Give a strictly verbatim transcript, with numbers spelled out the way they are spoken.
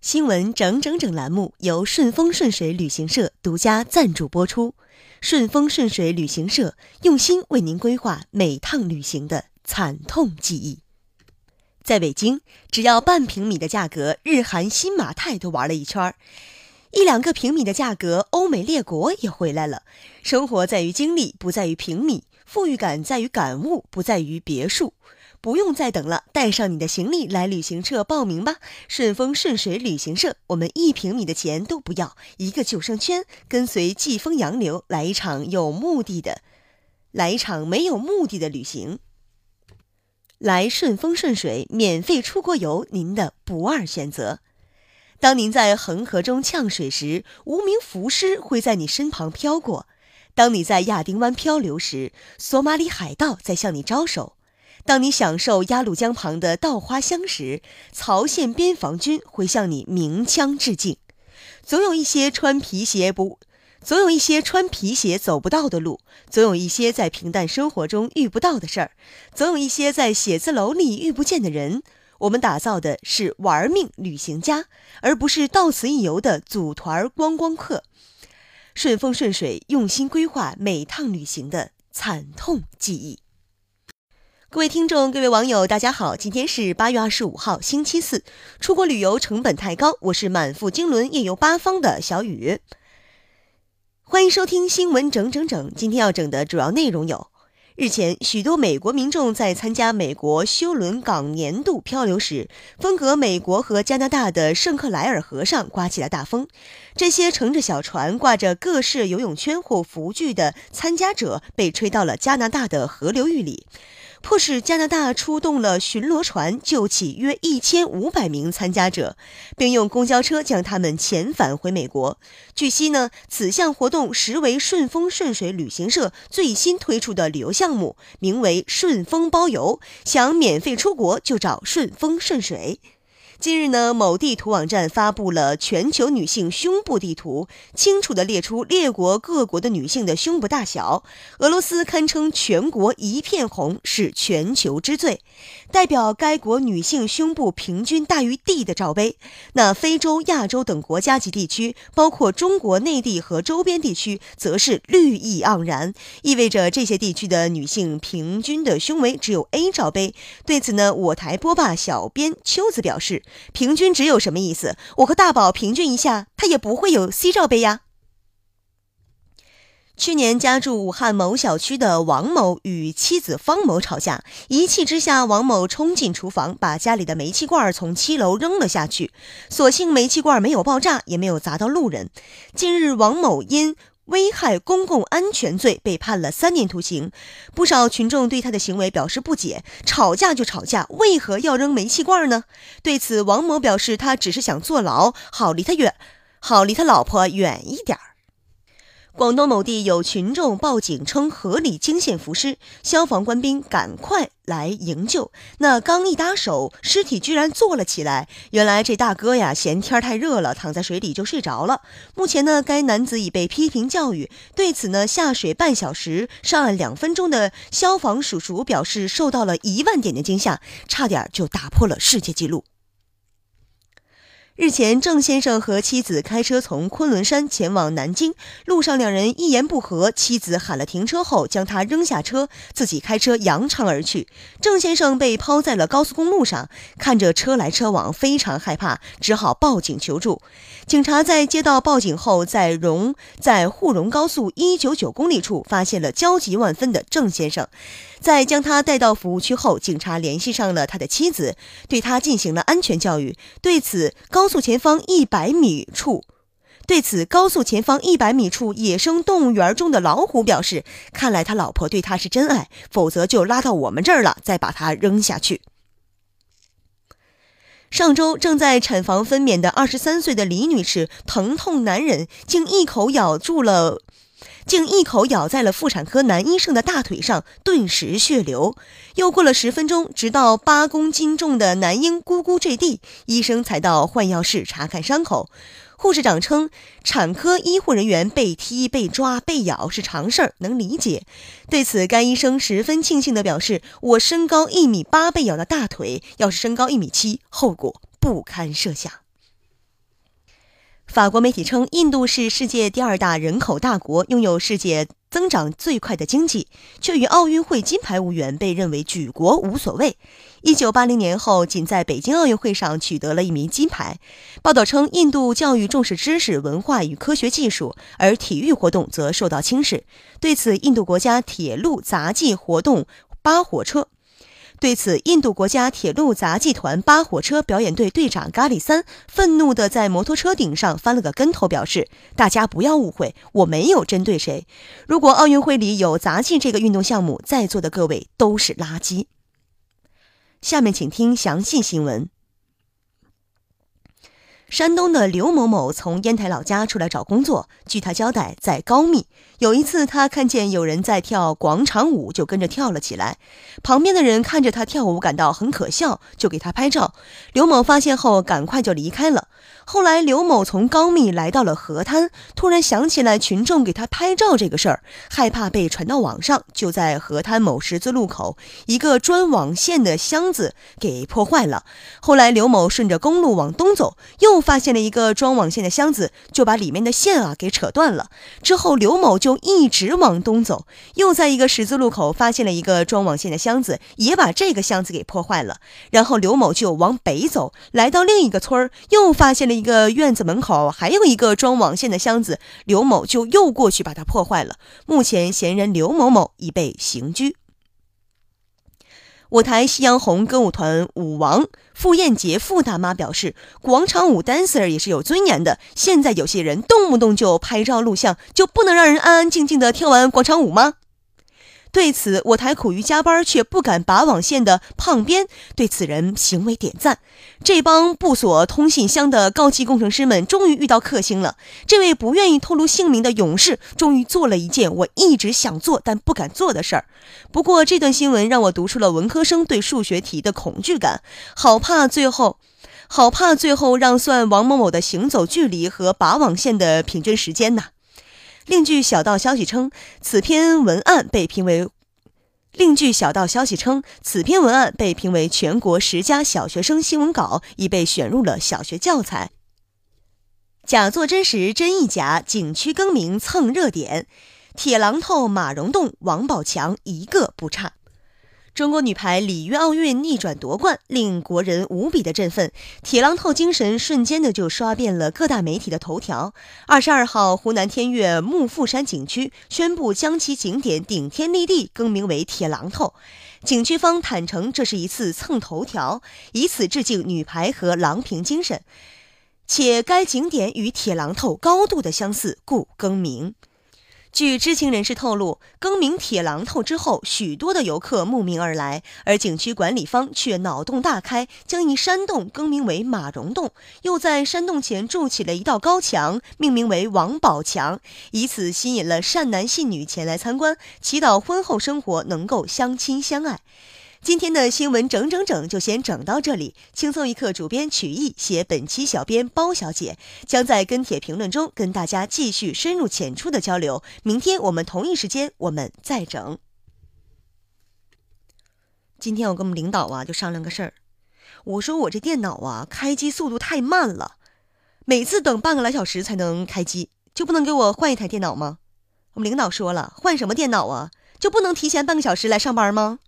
新闻整整整栏目由顺风顺水旅行社独家赞助播出。顺风顺水旅行社用心为您规划每趟旅行的惨痛记忆。在北京，只要半平米的价格，日韩新马泰都玩了一圈，一两个平米的价格，欧美列国也回来了。生活在于经历，不在于平米；富裕感在于感悟，不在于别墅。不用再等了，带上你的行李来旅行社报名吧！顺风顺水旅行社，我们一平米的钱都不要，一个救生圈，跟随季风洋流，来一场有目的的，来一场没有目的的旅行。来顺风顺水，免费出国游，您的不二选择。当您在恒河中呛水时，无名浮尸会在你身旁飘过；当你在亚丁湾漂流时，索马里海盗在向你招手。当你享受鸭绿江旁的稻花香时，曹县边防军会向你鸣枪致敬。总有一些穿皮鞋不，总有一些穿皮鞋走不到的路，总有一些在平淡生活中遇不到的事儿，总有一些在写字楼里遇不见的人。我们打造的是玩命旅行家，而不是到此一游的组团观光客。顺风顺水，用心规划每趟旅行的惨痛记忆。各位听众，各位网友，大家好，今天是八月二十五号，星期四。出国旅游成本太高，我是满腹经纶夜游八方的小雨。欢迎收听新闻整整整，今天要整的主要内容有：日前，许多美国民众在参加美国休伦港年度漂流时，分隔美国和加拿大的圣克莱尔河上刮起了大风。这些乘着小船、挂着各式游泳圈或浮具的参加者被吹到了加拿大的河流域里，迫使加拿大出动了巡逻船救起约一千五百名参加者，并用公交车将他们遣返回美国。据悉呢，此项活动实为顺风顺水旅行社最新推出的旅游项目，名为顺风包邮，想免费出国就找顺风顺水。近日呢，某地图网站发布了全球女性胸部地图，清楚地列出列国各国的女性的胸部大小。俄罗斯堪称全国一片红，是全球之最。代表该国女性胸部平均大于地的罩杯，那非洲、亚洲等国家及地区，包括中国内地和周边地区，则是绿意盎然，意味着这些地区的女性平均的胸围只有 A 罩杯。对此呢，我台播报小编秋子表示，平均只有什么意思？我和大宝平均一下，他也不会有 C 罩杯呀。去年家住武汉某小区的王某与妻子方某吵架，一气之下，王某冲进厨房，把家里的煤气罐从七楼扔了下去。所幸煤气罐没有爆炸，也没有砸到路人。近日，王某因危害公共安全罪被判了三年徒刑。不少群众对他的行为表示不解，吵架就吵架，为何要扔煤气罐呢？对此，王某表示他只是想坐牢，好离他远，好离他老婆远一点。广东某地有群众报警称河里惊现浮尸，消防官兵赶快来营救。那刚一搭手，尸体居然坐了起来。原来这大哥呀，嫌天太热了，躺在水里就睡着了。目前呢，该男子已被批评教育。对此呢，下水半小时、上岸两分钟的消防叔叔表示，受到了一万点的惊吓，差点就打破了世界纪录。日前，郑先生和妻子开车从昆仑山前往南京，路上两人一言不合，妻子喊了停车后将他扔下车，自己开车扬长而去。郑先生被抛在了高速公路上，看着车来车往，非常害怕，只好报警求助。警察在接到报警后，在荣在沪蓉高速一百九十九公里处发现了焦急万分的郑先生。在将他带到服务区后，警察联系上了他的妻子，对他进行了安全教育。对此，高速前方一百米处，对此高速前方一百米处野生动物园中的老虎表示，看来他老婆对他是真爱，否则就拉到我们这儿了，再把他扔下去。上周正在产房分娩的二十三岁的李女士疼痛难忍，竟一口咬住了竟一口咬在了妇产科男医生的大腿上，顿时血流。又过了十分钟，直到八公斤重的男婴咕咕坠地，医生才到换药室查看伤口。护士长称，产科医护人员被踢、被抓、被咬是常事儿，能理解。对此，该医生十分庆幸地表示：“我身高一米八被咬的大腿，要是身高一米七，后果不堪设想。” 法国媒体称，印度是世界第二大人口大国，拥有世界增长最快的经济，却与奥运会金牌无缘，被认为举国无所谓。一九八零年后，仅在北京奥运会上取得了一枚金牌。报道称，印度教育重视知识、文化与科学技术，而体育活动则受到轻视。对此，印度国家铁路杂技活动巴火车对此，印度国家铁路杂技团巴火车表演队队长咖喱三愤怒地在摩托车顶上翻了个跟头，表示：“大家不要误会，我没有针对谁。如果奥运会里有杂技这个运动项目，在座的各位都是垃圾。”下面请听详细新闻。山东的刘某某从烟台老家出来找工作，据他交代，在高密。有一次，他看见有人在跳广场舞，就跟着跳了起来。旁边的人看着他跳舞，感到很可笑，就给他拍照。刘某发现后，赶快就离开了。后来，刘某从高密来到了河滩，突然想起来群众给他拍照这个事儿，害怕被传到网上，就在河滩某十字路口一个装网线的箱子给破坏了。后来，刘某顺着公路往东走，又发现了一个装网线的箱子，就把里面的线啊给扯断了。之后刘某就一直往东走，又在一个十字路口发现了一个装网线的箱子，也把这个箱子给破坏了。然后刘某就往北走，来到另一个村儿，又发现了一个院子门口还有一个装网线的箱子，刘某就又过去把它破坏了。目前嫌人刘某某已被刑拘。我台夕阳红歌舞团舞王傅艳杰傅大妈表示，广场舞 dancer 也是有尊严的，现在有些人动不动就拍照录像，就不能让人安安静静的跳完广场舞吗？对此，我台苦于加班却不敢拔网线的胖编对此人行为点赞。这帮布锁通信箱的高级工程师们终于遇到克星了。这位不愿意透露姓名的勇士终于做了一件我一直想做但不敢做的事儿。不过这段新闻让我读出了文科生对数学题的恐惧感，好怕最后好怕最后让算王某某的行走距离和拔网线的平均时间呐。另据小道消息称，此篇文案被评为另据小道消息称，此篇文案被评为全国十佳小学生新闻稿，已被选入了小学教材。假作真实，真亦假，景区更名蹭热点，铁榔头马荣栋、王宝强一个不差。中国女排里约奥运逆转夺冠，令国人无比的振奋。铁榔头精神瞬间的就刷遍了各大媒体的头条。二十二号，湖南天悦木富山景区宣布将其景点顶天立地更名为铁榔头。景区方坦诚，这是一次蹭头条，以此致敬女排和郎平精神，且该景点与铁榔头高度的相似，故更名。据知情人士透露，更名铁榔头之后，许多的游客慕名而来，而景区管理方却脑洞大开，将一山洞更名为马荣洞，又在山洞前筑起了一道高墙，命名为王宝强，以此吸引了善男信女前来参观，祈祷婚后生活能够相亲相爱。今天的新闻整整整就先整到这里，轻松一刻主编曲艺写本期小编包小姐将在跟帖评论中跟大家继续深入浅出的交流。明天我们同一时间我们再整。今天我跟我们领导啊就商量个事儿，我说我这电脑啊开机速度太慢了，每次等半个来小时才能开机，就不能给我换一台电脑吗？我们领导说了，换什么电脑啊，就不能提前半个小时来上班吗？